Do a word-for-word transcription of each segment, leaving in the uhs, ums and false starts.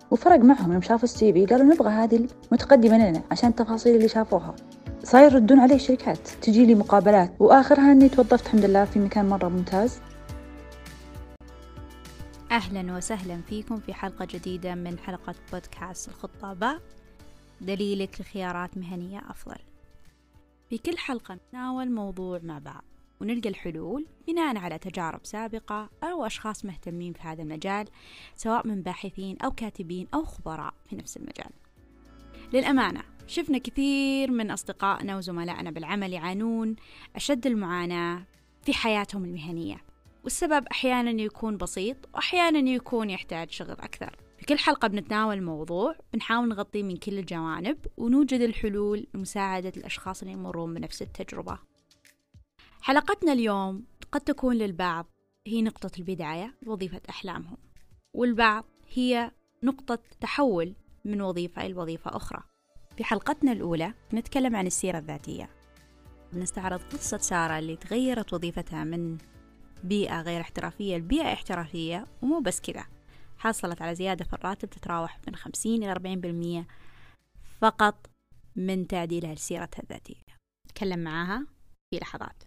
وفرق معهم يوم شافوا السي في قالوا نبغى هذه المتقدمة لنا عشان التفاصيل اللي شافوها. صاير يردون عليه الشركات، تجي لي مقابلات وآخرها أني توظفت الحمد لله في مكان مرة ممتاز. أهلا وسهلا فيكم في حلقة جديدة من حلقة بودكاست الخطابة، دليلك لخيارات مهنية أفضل. في كل حلقة نتناول موضوع مع بعض ونلقى الحلول بناء على تجارب سابقة أو أشخاص مهتمين في هذا المجال، سواء من باحثين أو كاتبين أو خبراء في نفس المجال. للأمانة شفنا كثير من أصدقائنا وزملائنا بالعمل يعانون أشد المعاناة في حياتهم المهنية، والسبب أحيانا يكون بسيط وأحيانا يكون يحتاج شغل أكثر. في كل حلقة بنتناول موضوع بنحاول نغطيه من كل الجوانب ونوجد الحلول لمساعدة الأشخاص اللي يمرون بنفس التجربة. حلقتنا اليوم قد تكون للبعض هي نقطة البداية لوظيفة أحلامهم، والبعض هي نقطة تحول من وظيفة إلى وظيفة أخرى. في حلقتنا الأولى نتكلم عن السيرة الذاتية، نستعرض قصة سارة اللي تغيرت وظيفتها من بيئة غير احترافية لبيئة احترافية، ومو بس كذا، حصلت على زيادة في الراتب تتراوح من خمسين إلى أربعين بالمئة فقط من تعديلها لسيرتها الذاتية. نتكلم معاها في لحظات.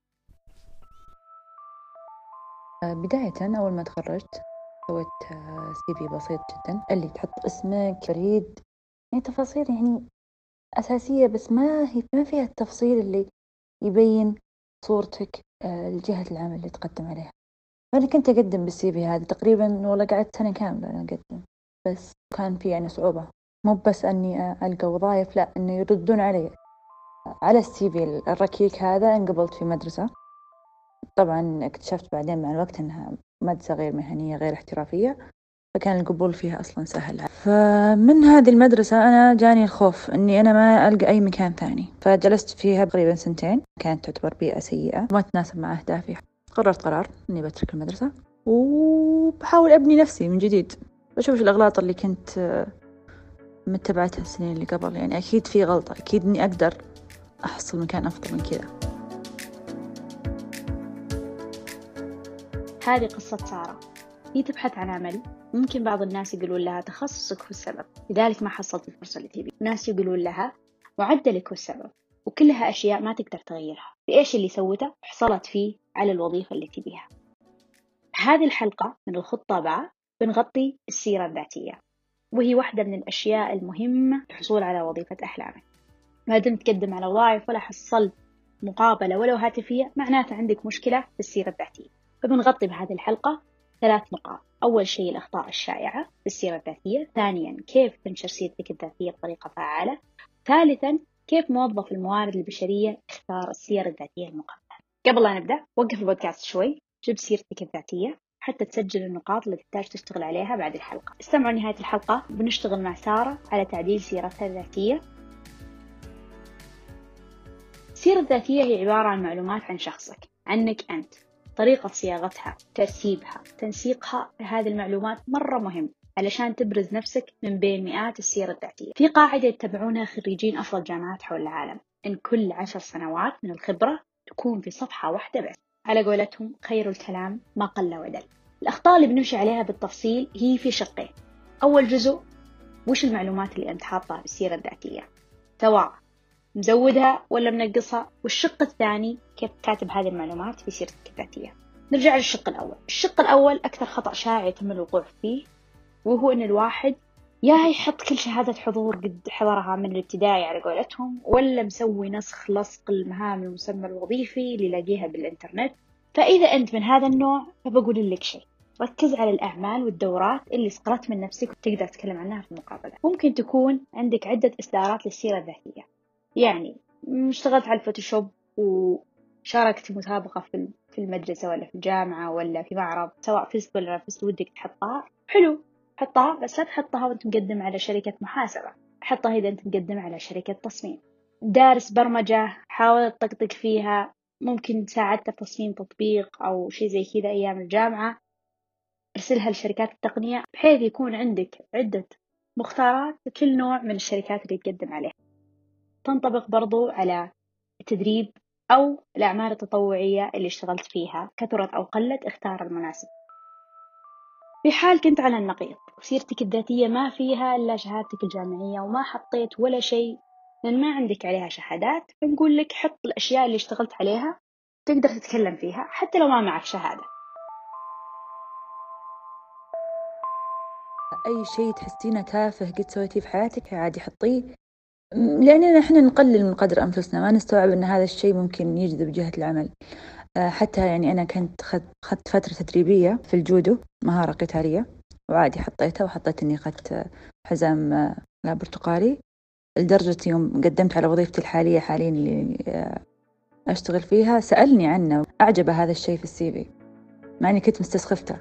بداية أول ما تخرجت سويت سي في بسيط جدا اللي تحط اسمك، فريد، يعني تفاصيل يعني أساسية، بس ما هي ما فيها التفصيل اللي يبين صورتك لجهة العمل اللي تقدم عليها. فأنا كنت أقدم بالسي في هذا تقريبا، والله قعدت سنة كاملة أنا أقدم، بس كان في يعني صعوبة، مو بس أني ألقى وظائف، لا إنه يردون علي على السي في الركيك هذا. انقبلت في مدرسة، طبعا اكتشفت بعدين مع الوقت أنها مدرسة غير مهنية غير احترافية، فكان القبول فيها أصلا سهل. فمن هذه المدرسة أنا جاني الخوف أني أنا ما ألقى أي مكان ثاني، فجلست فيها تقريبا سنتين، كانت تعتبر بيئة سيئة وما تناسب مع أهدافي. قررت قرار أني بترك المدرسة وبحاول أبني نفسي من جديد، بشوف الأغلاط اللي كنت متبعتها السنين اللي قبل، يعني أكيد في غلطة، أكيد أني أقدر أحصل مكان أفضل من كذا. هذه قصة سارة، هي تبحث عن عمل، ممكن بعض الناس يقولون لها تخصصك هو السبب لذلك ما حصلت الفرصة اللي تبي، ناس يقولون لها معدلك هو السبب، وكلها أشياء ما تقدر تغيرها. بإيش اللي سوته حصلت فيه على الوظيفة اللي تبيها. هذه الحلقة من الخطة بقى بنغطي السيرة الذاتية، وهي واحدة من الأشياء المهمة للحصول على وظيفة أحلامك. ما دمت تقدم على وظائف ولا حصلت مقابلة ولو هاتفية، معناته عندك مشكلة في السيرة الذاتية. فبنغطي بهذه الحلقة ثلاث نقاط. أول شيء الأخطاء الشائعة في السيرة الذاتية، ثانيا كيف تنشر سيرتك الذاتية بطريقة فعالة، ثالثا كيف موظف الموارد البشرية اختار السيرة الذاتية المقبلة. قبل لا نبدأ وقف البودكاست شوي، جيب سيرتك الذاتية حتى تسجل النقاط اللي تحتاج تشتغل عليها بعد الحلقة. استمعوا لنهاية الحلقة، بنشتغل مع سارة على تعديل سيرتها الذاتية. السيرة الذاتية هي عبارة عن معلومات عن شخصك، عنك أنت، طريقة صياغتها، ترتيبها، تنسيقها. هذه المعلومات مرة مهم علشان تبرز نفسك من بين مئات السيرة الذاتية. في قاعدة يتبعونها خريجين أفضل جامعات حول العالم، إن كل عشر سنوات من الخبرة تكون في صفحة واحدة بس. على قولتهم خير الكلام ما قل ودل. الأخطاء اللي بنمشي عليها بالتفصيل هي في شقين. أول جزء، وش المعلومات اللي أنت حاطها بالسيرة الذاتية، سواء مزودها ولا منقصها، والشق الثاني كيف كاتب هذه المعلومات في سيرتك الذاتية. نرجع للشق الأول. الشق الأول أكثر خطأ شائع يتم الوقوع فيه، وهو أن الواحد يا يحط كل شهادة حضور قد حضرها من الابتدائي على قولتهم، ولا مسوي نسخ لصق المهام المسمى الوظيفي اللي لاقيها بالإنترنت. فإذا أنت من هذا النوع فبقول لك شيء، ركز على الأعمال والدورات اللي صقلت من نفسك وتقدر تتكلم عنها في المقابلة. ممكن تكون عندك عدة إصدارات للسيرة الذاتية، يعني اشتغلت على الفوتوشوب وشاركت مسابقة في في المدرسة ولا في الجامعة ولا في معرض، سواء فزت ولا فزت ودك تحطها، حلو حطها، بس لا تحطها وانت مقدم على شركة محاسبة، حطها إذا انت مقدم على شركة تصميم. دارس برمجة، حاول تطقطق فيها، ممكن ساعدت في تصميم تطبيق أو شيء زي كذا أيام الجامعة، ارسلها لشركات التقنية بحيث يكون عندك عدة مختارات لكل نوع من الشركات اللي تقدم عليها. تنطبق برضو على التدريب أو الأعمال التطوعية اللي اشتغلت فيها، كثرت أو قلت اختار المناسب. في حال كنت على النقيض وسيرتك الذاتية ما فيها إلا شهادتك الجامعية وما حطيت ولا شيء لأن ما عندك عليها شهادات، فنقول لك حط الأشياء اللي اشتغلت عليها تقدر تتكلم فيها حتى لو ما معك شهادة. أي شيء تحسينه تافه قد سويتيه في حياتك عادي حطيه، لأننا إحنا نقلل من قدر أنفسنا، ما نستوعب أن هذا الشيء ممكن يجذب جهة العمل. حتى يعني أنا كنت خدت فترة تدريبية في الجودو، مهارة قتالية، وعادي حطيتها وحطيت إني أخذت حزام برتقالي، لدرجة يوم قدمت على وظيفتي الحالية حاليا اللي أشتغل فيها سألني عنه، أعجب هذا الشيء في السي في مع أني كنت مستسخفته.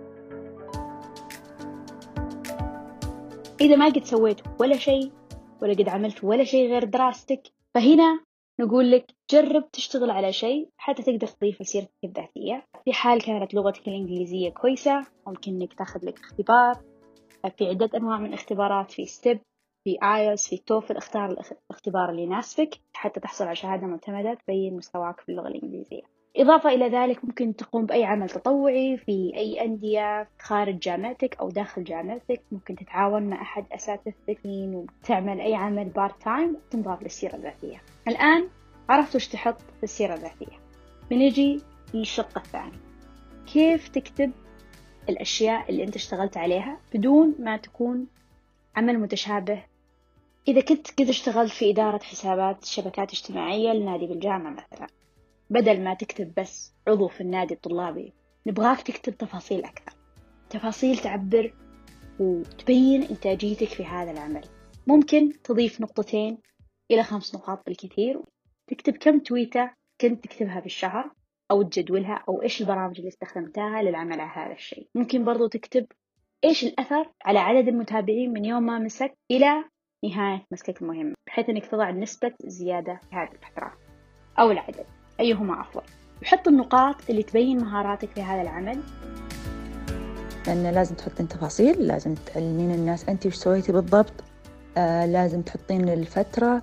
إذا ما قد سويت ولا شيء ولا قد عملت ولا شيء غير دراستك، فهنا نقول لك جرب تشتغل على شيء حتى تقدر تضيف لسيرتك الذاتية. في حال كانت لغتك الإنجليزية كويسة ممكن إنك تاخذ لك اختبار، في عدة أنواع من الاختبارات، في ستيب، في آيلتس، في توفل. اختار الاختبار اللي يناسبك حتى تحصل على شهادة معتمدة تبين مستواك في اللغة الإنجليزية. إضافة إلى ذلك ممكن تقوم بأي عمل تطوعي في أي أندية خارج جامعتك أو داخل جامعتك. ممكن تتعاون مع أحد أساتذتك وتعمل أي عمل بارت تايم تنضاف للسيرة الذاتية. الآن عرفت وش تحط في السيرة الذاتية، بنجي للشق الثاني، كيف تكتب الأشياء اللي أنت اشتغلت عليها بدون ما تكون عمل متشابه. إذا كنت قد اشتغلت في إدارة حسابات شبكات اجتماعية لنادي بالجامعة مثلا، بدل ما تكتب بس عضو في النادي الطلابي نبغاك تكتب تفاصيل أكثر، تفاصيل تعبر وتبين إنتاجيتك في هذا العمل. ممكن تضيف نقطتين إلى خمس نقاط بالكثير، تكتب كم تويتة كنت تكتبها بالشهر أو تجدولها، أو إيش البرامج اللي استخدمتها للعمل على هذا الشيء. ممكن برضو تكتب إيش الأثر على عدد المتابعين من يوم ما مسك إلى نهاية مسكك المهم، بحيث أنك تضع نسبة زيادة في هذه الفترة أو العدد، أيهما أفضل. وحط النقاط اللي تبين مهاراتك في هذا العمل، لأن لازم تحطين تفاصيل، لازم تعلمين الناس أنت وش سويتي بالضبط، آه لازم تحطين الفترة.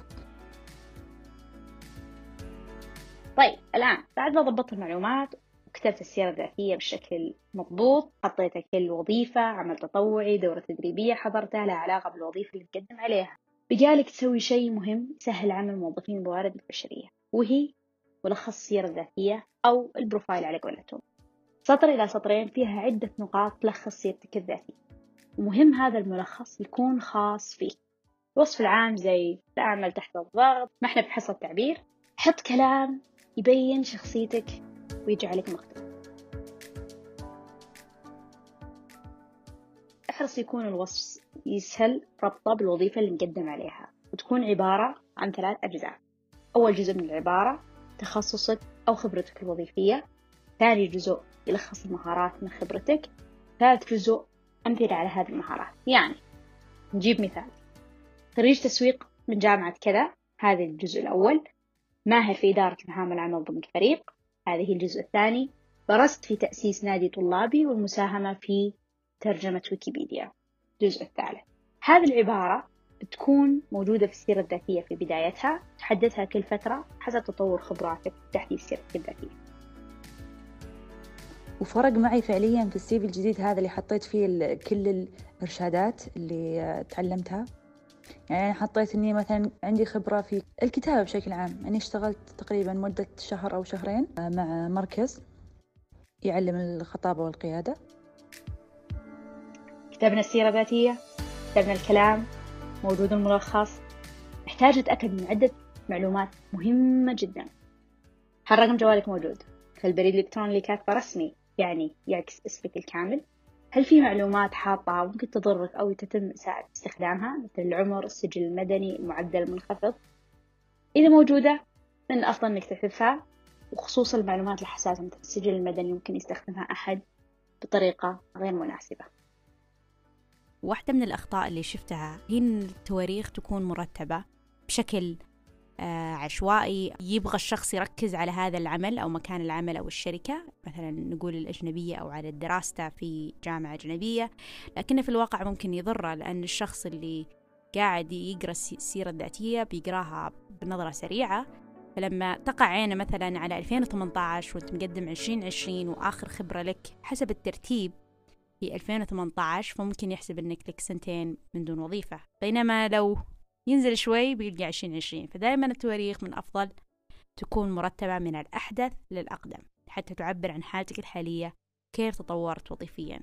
طيب الآن بعد ما ضبطت المعلومات وكتبت السيرة الذاتية بشكل مضبوط، حطيت كل وظيفة، عمل تطوعي، دورة تدريبية حضرتها لها علاقة بالوظيفة اللي تقدم عليها، بجالك تسوي شيء مهم يسهل عمل الموظفين الموارد البشرية، وهي ملخص السيرة الذاتية أو البروفايل على قولتهم. سطر إلى سطرين فيها عدة نقاط تلخص سيرتك الذاتية، ومهم هذا الملخص يكون خاص فيك. الوصف العام زي لا أعمل تحت الضغط، ما احنا بحصة تعبير. حط كلام يبين شخصيتك ويجعلك مختلف. احرص يكون الوصف يسهل ربطه بالوظيفة اللي مقدم عليها، وتكون عبارة عن ثلاث أجزاء. أول جزء من العبارة تخصصك أو خبرتك الوظيفية، ثاني جزء يلخص المهارات من خبرتك، ثالث جزء أمثلة على هذه المهارات. يعني نجيب مثال: خريج تسويق من جامعة كذا، هذا الجزء الأول. ماهر في إدارة مهام العمل ضمن فريق، هذه الجزء الثاني. درست في تأسيس نادي طلابي والمساهمة في ترجمة ويكيبيديا، الجزء الثالث. هذه العبارة بتكون موجودة في السيرة الذاتية في بدايتها، تحدثها كل فترة حسب تطور خبراتك وتحديث سيرتك الذاتية. وفرق معي فعليا في السي في الجديد هذا اللي حطيت فيه كل الإرشادات اللي تعلمتها. يعني أنا حطيت إني مثلا عندي خبرة في الكتابة بشكل عام، أني اشتغلت تقريبا مدة شهر أو شهرين مع مركز يعلم الخطابة والقيادة. كتبنا السيرة الذاتية، كتبنا الكلام، موجود الملخص. محتاج أتأكد من عدة معلومات مهمة جدا. هل رقم جوالك موجود؟ هل البريد الإلكتروني اللي كاتبه رسمي يعني يعكس اسمك الكامل؟ هل في معلومات حاطها ممكن تضرك أو تتم إساءة استخدامها مثل العمر، السجل المدني، المعدل المنخفض؟ إذا موجودة من الأفضل إنك تحذفها، وخصوصا المعلومات الحساسة مثل السجل المدني ممكن يستخدمها أحد بطريقة غير مناسبة. واحدة من الأخطاء اللي شفتها هي إن التواريخ تكون مرتبة بشكل آه عشوائي. يبغى الشخص يركز على هذا العمل أو مكان العمل أو الشركة، مثلا نقول الأجنبية أو على دراسته في جامعة أجنبية، لكن في الواقع ممكن يضره، لأن الشخص اللي قاعد يقرأ السيرة الذاتية بيقراها بنظرة سريعة، فلما تقع عينه مثلا على ألفين وثمانية عشر وانت مقدم عشرين عشرين وآخر خبرة لك حسب الترتيب، في ألفين وثمانية عشر، فممكن يحسب إنك لك سنتين من دون وظيفة، بينما لو ينزل شوي بيلقى عشرين عشرين. فدائما التواريخ من أفضل تكون مرتبة من الأحدث للأقدم حتى تعبر عن حالتك الحالية، كيف تطورت وظيفيا.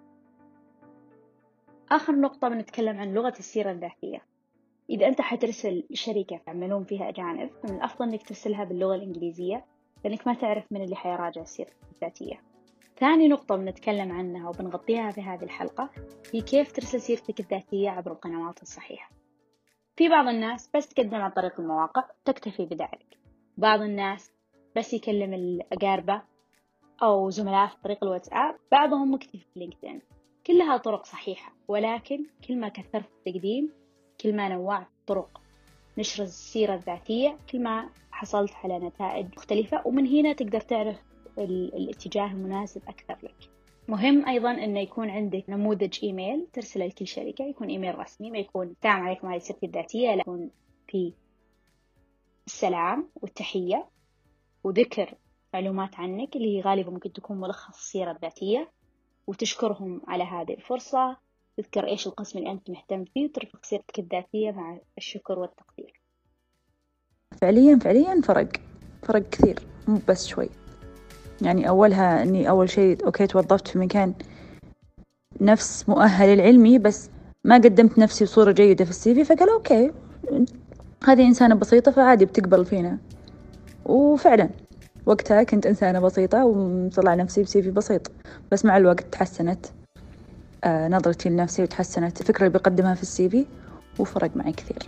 آخر نقطة بنتكلم عن لغة السيرة الذاتية. إذا أنت حترسل شركة تعملون فيها أجانب، فمن الأفضل إنك ترسلها باللغة الإنجليزية، لأنك ما تعرف من اللي حيراجع السيرة الذاتية. ثاني نقطة بنتكلم عنها وبنغطيها في هذه الحلقة هي كيف ترسل سيرتك الذاتية عبر القنوات الصحيحة. في بعض الناس بس تقدم عن طريق المواقع تكتفي بذلك، بعض الناس بس يكلم الأقاربة أو زملاء في طريق الواتساب، بعضهم مكتفي في لينكدين. كلها طرق صحيحة، ولكن كل ما كثرت التقديم، كل ما نوعت طرق نشر السيرة الذاتية، كل ما حصلت على نتائج مختلفة، ومن هنا تقدر تعرف الاتجاه المناسب أكثر لك. مهم أيضا أنه يكون عندك نموذج إيميل ترسله لكل شركة، يكون إيميل رسمي، ما يكون السلام عليكم هذه سيرتي الذاتية، لا، يكون في السلام والتحية وذكر معلومات عنك اللي هي غالبا ممكن تكون ملخص السيرة الذاتية، وتشكرهم على هذه الفرصة، تذكر إيش القسم اللي أنت مهتم فيه، وترفق سيرتك الذاتية مع الشكر والتقدير. فعليا فعليا فرق فرق كثير، مو بس شوي. يعني أولها أني أول شيء أوكي توظفت في مكان نفس مؤهل العلمي، بس ما قدمت نفسي بصورة جيدة في السي في، فقال أوكي هذه إنسانة بسيطة فعادي بتقبل فينا. وفعلا وقتها كنت إنسانة بسيطة ومطلع نفسي بسي في بسيط، بس مع الوقت تحسنت آه نظرتي لنفسي، وتحسنت الفكرة اللي بقدمها في السي في، وفرق معي كثير.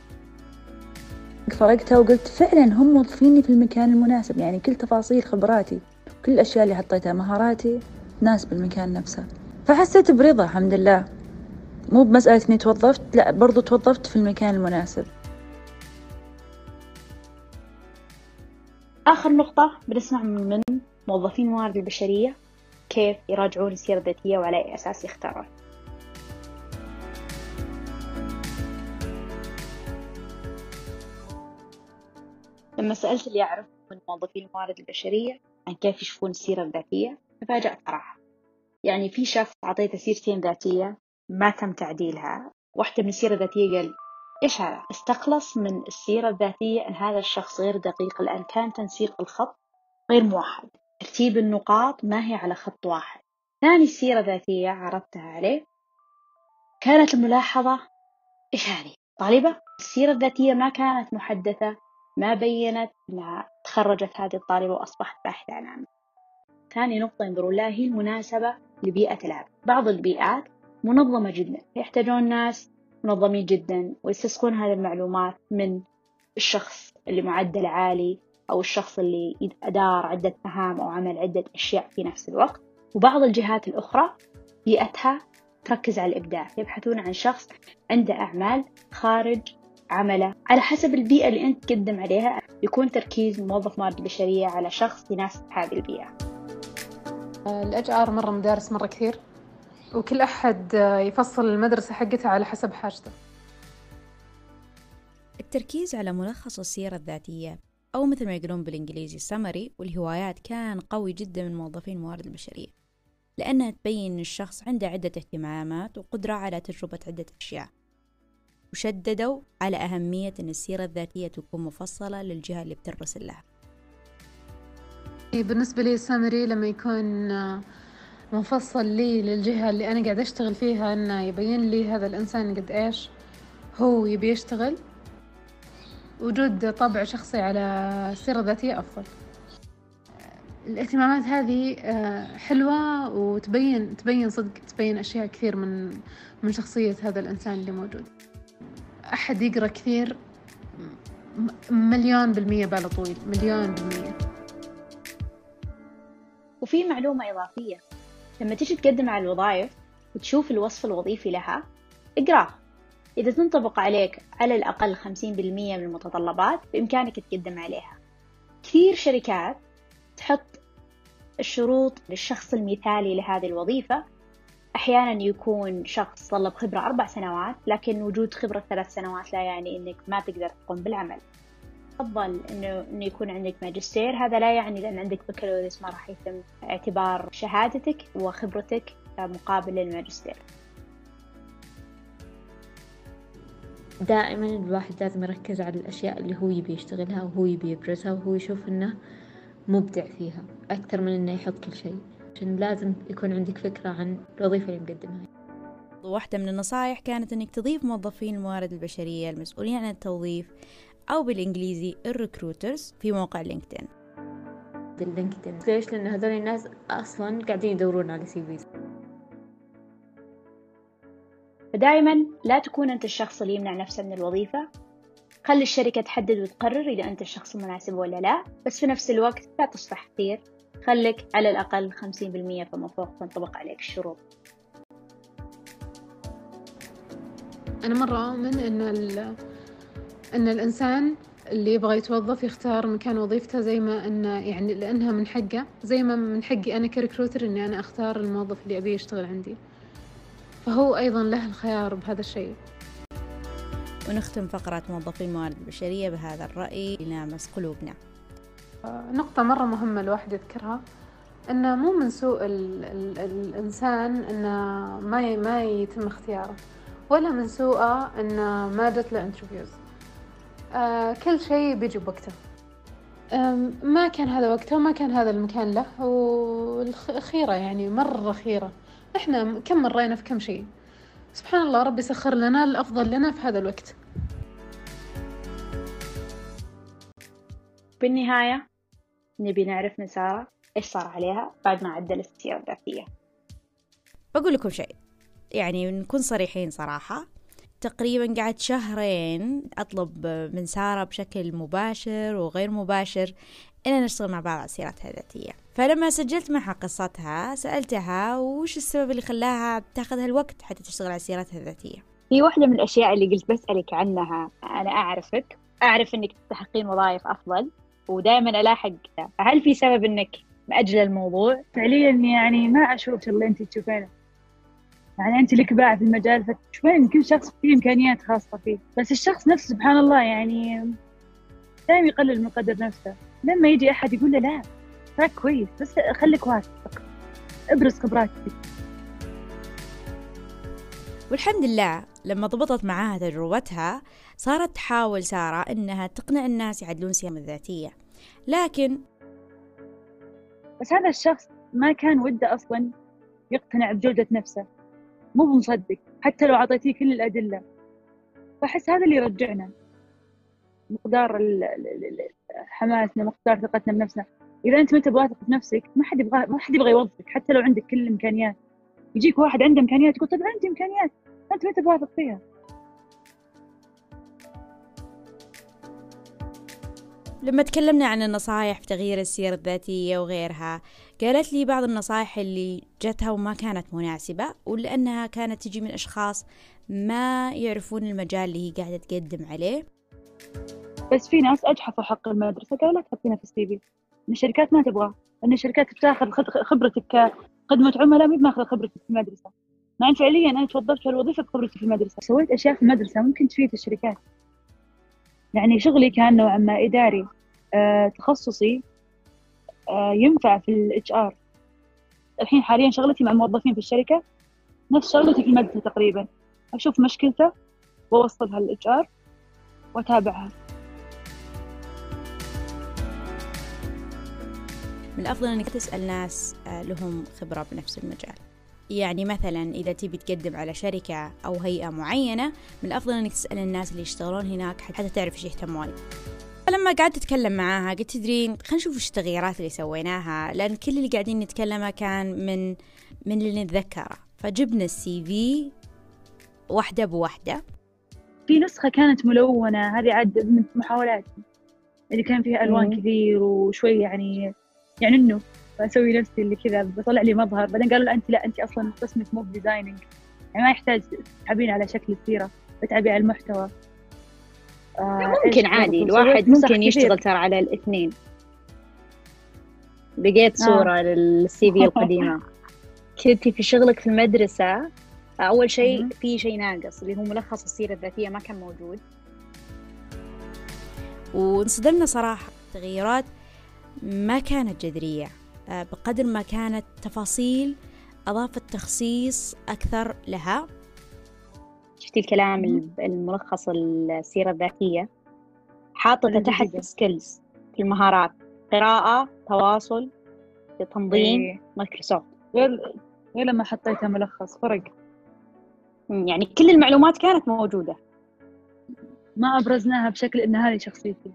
فرقتها وقلت فعلا هم موظفيني في المكان المناسب، يعني كل تفاصيل خبراتي، كل الأشياء اللي حطيتها، مهاراتي تناسب المكان نفسه. فحسيت برضا الحمد لله، مو بمسألة إني توظفت، لا برضو توظفت في المكان المناسب. آخر نقطة بنسمع من موظفين الموارد البشرية كيف يراجعون السيرة الذاتية وعلى أي أساس يختارون. لما سألت اللي يعرف من موظفين الموارد البشرية عن كيف يشوفون السيرة الذاتية، تفاجأت صراحة. يعني في شخص أعطيته سيرتين ذاتية ما تم تعديلها، واحدة من السيرة الذاتية قال إيش هذا؟ استخلص من السيرة الذاتية أن هذا الشخص غير دقيق، لأن كان تنسيق الخط غير موحد، ترتيب النقاط ما هي على خط واحد. ثاني سيرة ذاتية عرضتها عليه، كانت الملاحظة إيش هذه؟ طالبة السيرة الذاتية ما كانت محدثة، ما بيّنت أنها تخرجت هذه الطالبة وأصبحت باحثة عن عمل. ثاني نقطة ينظرون لها هي المناسبة لبيئة العمل. بعض البيئات منظمة جدا، يحتاجون ناس منظمين جدا ويستسقون هذه المعلومات من الشخص اللي معدل عالي، أو الشخص اللي أدار عدة مهام أو عمل عدة أشياء في نفس الوقت. وبعض الجهات الأخرى بيئتها تركز على الإبداع، يبحثون عن شخص عنده أعمال خارج عمله. على حسب البيئة اللي أنت تقدم عليها يكون تركيز موظف موارد بشرية على شخص يناسب هذه البيئة. الاتش ار مرة مدارس مرة كثير، وكل أحد يفصل المدرسة حقتها على حسب حاجته. التركيز على ملخص السيرة الذاتية أو مثل ما يقولون بالإنجليزي summary والهوايات كان قوي جدا من موظفين الموارد البشرية، لأنها تبين أن الشخص عنده عدة اهتمامات وقدرة على تجربة عدة أشياء، وشددوا على أهمية أن السيرة الذاتية تكون مفصلة للجهة اللي بترسل لها. بالنسبة لي السامري لما يكون مفصل لي للجهة اللي أنا قاعد أشتغل فيها، أنه يبين لي هذا الإنسان قد إيش هو يبي يشتغل، وجود طبع شخصي على السيرة الذاتية أفضل. الاهتمامات هذه حلوة وتبين تبين صدق تبين أشياء كثير من من شخصية هذا الإنسان اللي موجود. أحد يقرأ كثير مليون بالمية باله طويل، مليون بالمية. وفي معلومة إضافية، لما تيجي تقدم على الوظائف وتشوف الوصف الوظيفي لها اقرأه، إذا تنطبق عليك على الأقل خمسين بالمية من المتطلبات بإمكانك تقدم عليها. كثير شركات تحط الشروط للشخص المثالي لهذه الوظيفة، أحيانا يكون شخص طلب خبرة أربع سنوات، لكن وجود خبرة ثلاث سنوات لا يعني أنك ما تقدر تقوم بالعمل. أفضل إنه إنه يكون عندك ماجستير، هذا لا يعني لأن عندك بكالوريوس ما راح يتم اعتبار شهادتك وخبرتك مقابل للماجستير. دائما الواحد لازم يركز على الأشياء اللي هو يبي يشتغلها وهو يبي يبرزها وهو يشوف إنه مبدع فيها أكثر من إنه يحط كل شيء، عشان لازم يكون عندك فكرة عن الوظيفة اللي مقدمها. واحدة من النصائح كانت إنك تضيف موظفين الموارد البشرية المسؤولين عن التوظيف أو بالإنجليزي الريكروترز في موقع لينكدين. اللينكدين ليش؟ لأن هذول الناس أصلا قاعدين يدورون على سي فيز. فدائما لا تكون أنت الشخص اللي يمنع نفسه من الوظيفة، خلي الشركة تحدد وتقرر إذا أنت الشخص المناسب ولا لا، بس في نفس الوقت لا تصفح كثير، خليك على الأقل خمسين بالمية فما فوق تنطبق عليك الشروط. أنا مرة أؤمن إن إن الإنسان اللي يبغى يتوظف يختار مكان وظيفته زي ما إنه يعني لأنها من حقه، زي ما من حقي أنا كريكروتر إني أنا أختار الموظف اللي أبيه يشتغل عندي، فهو أيضا له الخيار بهذا الشيء. ونختم فقرة موظفين الموارد البشرية بهذا الرأي اللي لامس قلوبنا. نقطة مرة مهمة الواحد يذكرها، إنه مو من سوء ال ال الإنسان إنه ما ما يتم اختياره، ولا من سوءه إنه ما جت له انترفيوز. آه كل شيء بيجي بوقته. ما كان هذا وقته وما كان هذا المكان له، والخيرة يعني مرة خيرة. إحنا كم مرينا في كم شيء، سبحان الله ربي سخر لنا الأفضل لنا في هذا الوقت. بالنهاية نبي نعرف من سارة إيش صار عليها بعد ما عدلت السيرة الذاتية. بقول لكم شيء، يعني نكون صريحين صراحة، تقريبا قعدت شهرين أطلب من سارة بشكل مباشر وغير مباشر إننا نشتغل مع بعض على سيرتها الذاتية. فلما سجلت معها قصتها سألتها وش السبب اللي خلاها تاخذ هالوقت حتى تشتغل على سيرتها الذاتية. هي واحدة من الأشياء اللي قلت بسألك عنها، أنا أعرفك، أعرف إنك تستحقين وظائف أفضل ودائما ألاحق، هل في سبب إنك مأجلة الموضوع؟ فعليا يعني ما أشوف اللي أنت تشوفينه، يعني أنت لك باع في المجال فتشوفين كل شخص فيه إمكانيات خاصة فيه، بس الشخص نفسه سبحان الله يعني دائما يقلل من قدر نفسه. لما يجي أحد يقول له لا تراك كويس بس خليك واثق، ابرز خبراتك. والحمد لله لما ضبطت معاها تجربتها صارت تحاول سارة إنها تقنع الناس يعدلون سيرتهم الذاتية، لكن بس هذا الشخص ما كان وده أصلا يقتنع بجودة نفسه، مو مصدق حتى لو عطيتيه كل الأدلة. فأحس هذا اللي يرجعنا مقدار حماسنا، مقدار ثقتنا بنفسنا. إذا أنت ما أنت واثق بنفسك ما حد يبغى ما حد يبغى يوظفك حتى لو عندك كل الإمكانيات. يجيك واحد عنده إمكانيات يقول طب عندي إمكانيات أنت ما أنت واثق فيها. لما تكلمنا عن النصائح في تغيير السيرة الذاتية وغيرها، قالت لي بعض النصائح اللي جتها وما كانت مناسبة، ولأنها كانت تجي من أشخاص ما يعرفون المجال اللي هي قاعدة تقدم عليه. بس في ناس أجحفوا حق المدرسة قالوا لا تحطينا في السي في، إن الشركات ما تبغى، إن الشركات بتاخذ خبرتك كخدمة عملاء، مو بماخذ خبرتك في المدرسة. مع إن فعليا أنا توظفت في الوظيفة بخبرتي في المدرسة، سويت أشياء في المدرسة ممكن تفيد الشركات. يعني شغلي كان نوعا ما إداري، آه، تخصصي آه، ينفع في الاتش ار. الحين حاليا شغلتي مع الموظفين في الشركة نفس شغلتي في المدرسة تقريبا، أشوف مشكلته وأوصلها للاتش ار وأتابعها. من الأفضل أنك تسأل ناس لهم خبرة بنفس المجال. يعني مثلا إذا تبي تقدم على شركة أو هيئة معينة، من الأفضل أنك تسأل الناس اللي يشتغلون هناك حتى تعرف إيش يهتمون. فلما قعدت أتكلم معاها قلت تدرين خلينا نشوف إيش التغييرات اللي سويناها، لأن كل اللي قاعدين نتكلمه كان من من اللي نتذكره. فجبنا السي في واحدة بواحدة. في نسخة كانت ملونة، هذه عاد من محاولاتي اللي كان فيها ألوان كثير وشوي يعني يعني إنه بسوي نفسي اللي كذا بطلع لي مظهر. بعدين قالوا لا أنت لا أنت أصلاً قسمك مو ديزايننج، يعني ما يحتاج تتعبين على شكل السيرة، بتعبي على المحتوى. آه ممكن عادي الواحد ممكن يشتغل ترى على الاثنين. بقيت صورة آه. للسي في القديمة. كنتي في شغلك في المدرسة، أول شيء في شيء ناقص اللي هو ملخص السيرة الذاتية ما كان موجود. وانصدمنا صراحة، تغييرات ما كانت جذرية بقدر ما كانت تفاصيل أضافت تخصيص أكثر لها. شفتي الكلام الملخص السيرة الذاتية حاطة تحت سكيلز في المهارات، قراءة، تواصل، تنظيم، إيه. مايكروسوفت. غير غير لما حطيتها ملخص فرق، يعني كل المعلومات كانت موجودة، ما أبرزناها بشكل إن هذه شخصيتي.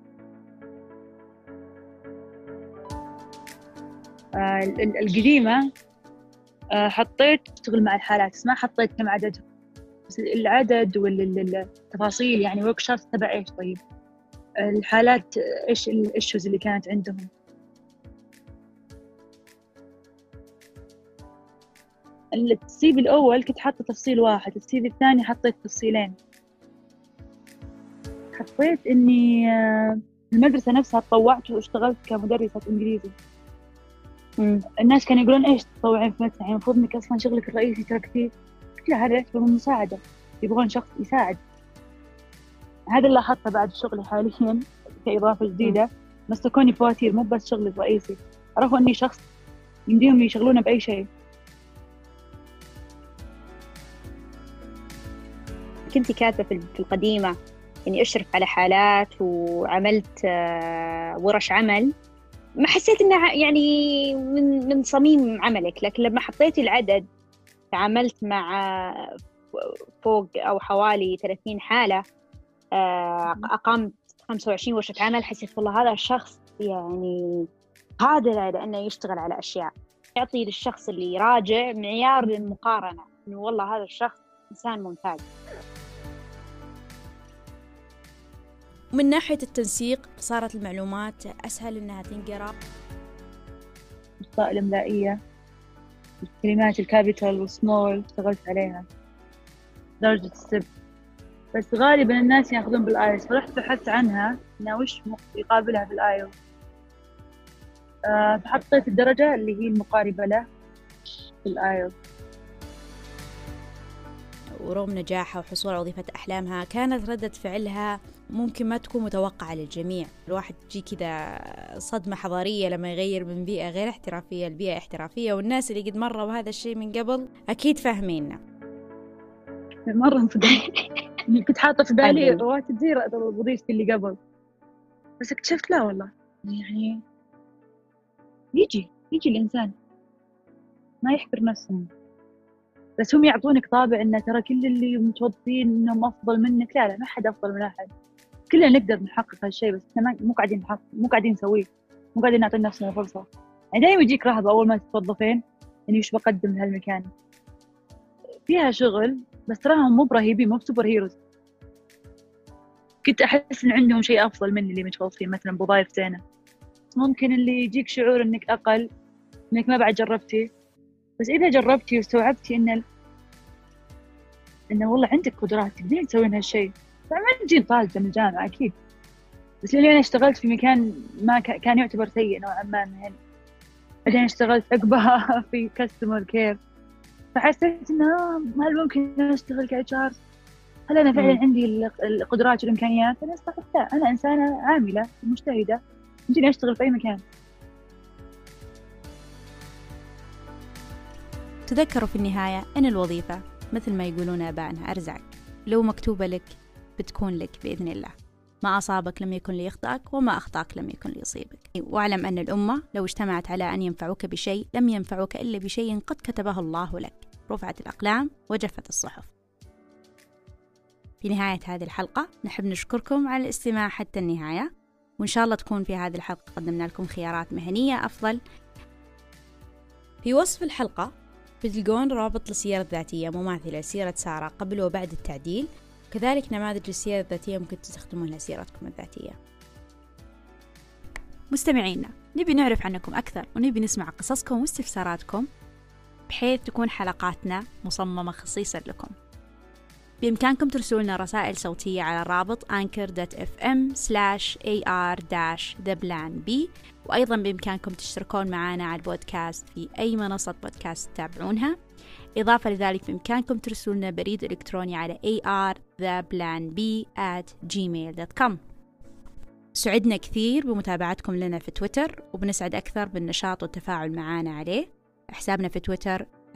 آه القديمة آه حطيت تشتغل مع الحالات، بس ما حطيت كم عددهم، بس العدد والتفاصيل يعني ورك شوب تبع إيش. طيب الحالات إيش الإيشوز اللي كانت عندهم. السي في الأول كنت حاطة تفصيل واحد، السي في الثاني حطيت تفصيلين. حطيت إني المدرسة نفسها تطوعت واشتغلت كمدرسة إنجليزي. مم. الناس كانوا يقولون إيش تطوعين في مدرسة، يعني المفروض إنك أصلاً شغلك الرئيسي تركتي. قلت لا، هذا يعتبر مساعدة، يبغون شخص يساعد. هذا اللي لاحظته بعد شغلي حالياً كإضافة جديدة. مسكوني فواتير، مو بس شغلي الرئيسي، عرفوا إني شخص يمديهم يشغلونه بأي شيء. كنتي كاتبة في القديمة إني أشرف على حالات وعملت ورش عمل، ما حسيت إنها يعني من من صميم عملك، لكن لما حطيتي العدد تعاملت مع فوق أو حوالي ثلاثين حالة، أقمت خمسة وعشرين ورشة عمل، حسيت والله هذا الشخص يعني قادر على أنه يشتغل على أشياء، يعطي للشخص اللي يراجع معيار للمقارنة إنه والله هذا الشخص إنسان ممتاز. ومن ناحية التنسيق صارت المعلومات أسهل إنها تنقرأ. الأخطاء الإملائية، الكلمات الكابيتال والسمول اشتغلت عليها درجة السب، بس غالبا الناس ياخذون بالآيلتس، فرحت بحثت عنها إنه وش يقابلها بالآيلتس. أه فحطيت الدرجة اللي هي المقاربة له في الآيلتس. ورغم نجاحها وحصول على وظيفة أحلامها كانت ردة فعلها ممكن ما تكون متوقعة للجميع. الواحد تجي كذا صدمة حضارية لما يغير من بيئة غير احترافية لبيئة احترافية، والناس اللي قد مروا بهذا الشيء من قبل أكيد فاهميننا. مرة انفضحت. كنت حاطة في بالي رواتب زي وظيفتي اللي قبل، بس اكتشفت لا والله، يعني يجي يجي الإنسان ما يحقر نفسه، بس هم يعطونك طابع إنه ترى كل اللي متوظفين إنهم أفضل منك. لا لا، ما حد أفضل من أحد، كلنا نقدر نحقق هالشيء، بس إحنا مو قاعدين نحقق، مو قاعدين نسويه، مو قاعدين نعطي نفسنا فرصة. يعني دايما يجيك رهبة أول ما تتوظفين إني وش بقدم لهالمكان، فيها شغل بس تراهم مو برهيبين، مو بسوبر هيروز. كنت أحس إن عندهم شيء أفضل مني اللي متوظفين مثلا بوظائف زينة. ممكن اللي يجيك شعور إنك أقل، إنك ما بعد جربتي، بس إذا جربتي واستوعبتي إن إنه والله عندك قدرات تقدرين تسوين هالشيء، طبعا ما تجين طالجة من الجامعة أكيد، بس لأني أنا اشتغلت في مكان ما كان يعتبر سيء نوعا ما مهني، بعدين اشتغلت عقبها في كاستمر كير، فحسيت إنه هل ممكن أشتغل كإتش آر؟ هل أنا فعلا عندي القدرات والإمكانيات؟ أنا استغربت لا، أنا إنسانة عاملة مجتهدة يمكن أشتغل في أي مكان. تذكروا في النهاية أن الوظيفة مثل ما يقولون آبائنا أرزاق، لو مكتوبة لك بتكون لك بإذن الله. ما أصابك لم يكن ليخطئك، وما أخطأك لم يكن ليصيبك. واعلم أن الأمة لو اجتمعت على أن ينفعوك بشيء لم ينفعوك إلا بشيء قد كتبه الله لك. رفعت الأقلام وجفت الصحف. في نهاية هذه الحلقة نحب نشكركم على الاستماع حتى النهاية، وإن شاء الله تكون في هذه الحلقة قدمنا لكم خيارات مهنية أفضل. في وصف الحلقة بتلقون رابط للسيرة الذاتية مماثلة لسيرة سارة قبل وبعد التعديل، كذلك نماذج للسيرة الذاتية ممكن تستخدمونها لسيرتكم الذاتية. مستمعينا، نبي نعرف عنكم أكثر ونبي نسمع قصصكم واستفساراتكم بحيث تكون حلقاتنا مصممة خصيصا لكم. بإمكانكم ترسلون رسائل صوتية على الرابط anchor dot f m slash a r dash the plan b، وأيضا بإمكانكم تشتركون معنا على البودكاست في أي منصة بودكاست تتابعونها. إضافة لذلك بإمكانكم ترسلون بريد إلكتروني على a r the plan b at gmail dot com. سعدنا كثير بمتابعتكم لنا في تويتر، وبنسعد أكثر بالنشاط والتفاعل معنا عليه. حسابنا في تويتر